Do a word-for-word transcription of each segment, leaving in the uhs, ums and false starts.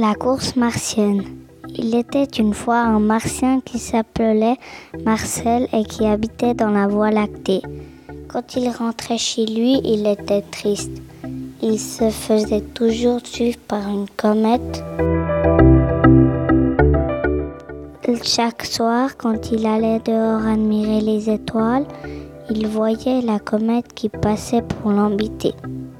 La course martienne. Il était une fois un martien qui s'appelait Marcel et qui habitait dans la Voie lactée. Quand il rentrait chez lui, il était triste. Il se faisait toujours suivre par une comète. Chaque soir, quand il allait dehors admirer les étoiles, il voyait la comète qui passait pour l'embêter.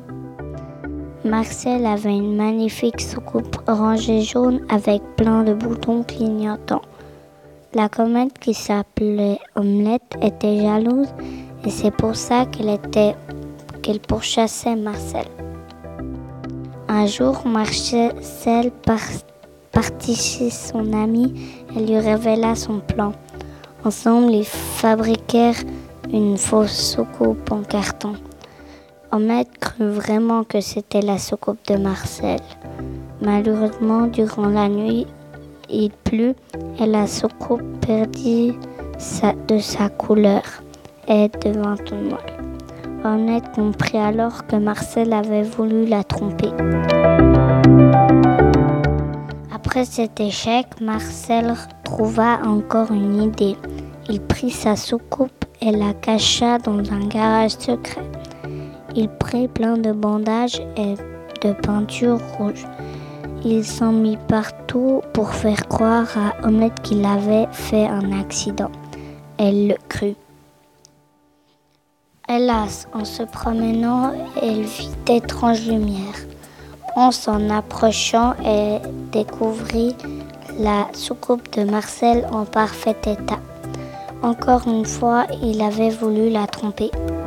Marcel avait une magnifique soucoupe orange et jaune avec plein de boutons clignotants. La comète qui s'appelait Omelette était jalouse et c'est pour ça qu'elle, était, qu'elle pourchassait Marcel. Un jour, Marcel par, partit chez son ami et lui révéla son plan. Ensemble, ils fabriquèrent une fausse soucoupe en carton. Omelette crut vraiment que c'était la soucoupe de Marcel. Malheureusement, durant la nuit, il plut et la soucoupe perdit sa, de sa couleur et devint toute molle. Omelette comprit alors que Marcel avait voulu la tromper. Après cet échec, Marcel trouva encore une idée. Il prit sa soucoupe et la cacha dans un garage secret. Il prit plein de bandages et de peinture rouge. Il s'en mit partout pour faire croire à Omelette qu'il avait fait un accident. Elle le crut. Hélas, en se promenant, elle vit d'étranges lumières. En s'en approchant, elle découvrit la soucoupe de Marcel en parfait état. Encore une fois, il avait voulu la tromper.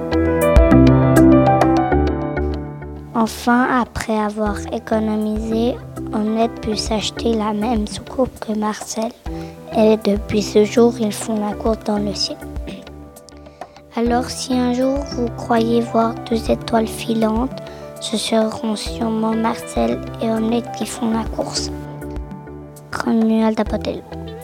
Enfin, après avoir économisé, Omelette put s'acheter la même soucoupe que Marcel. Et depuis ce jour, ils font la course dans le ciel. Alors, si un jour vous croyez voir deux étoiles filantes, ce seront sûrement Marcel et Omelette qui font la course. Romuald Apatow.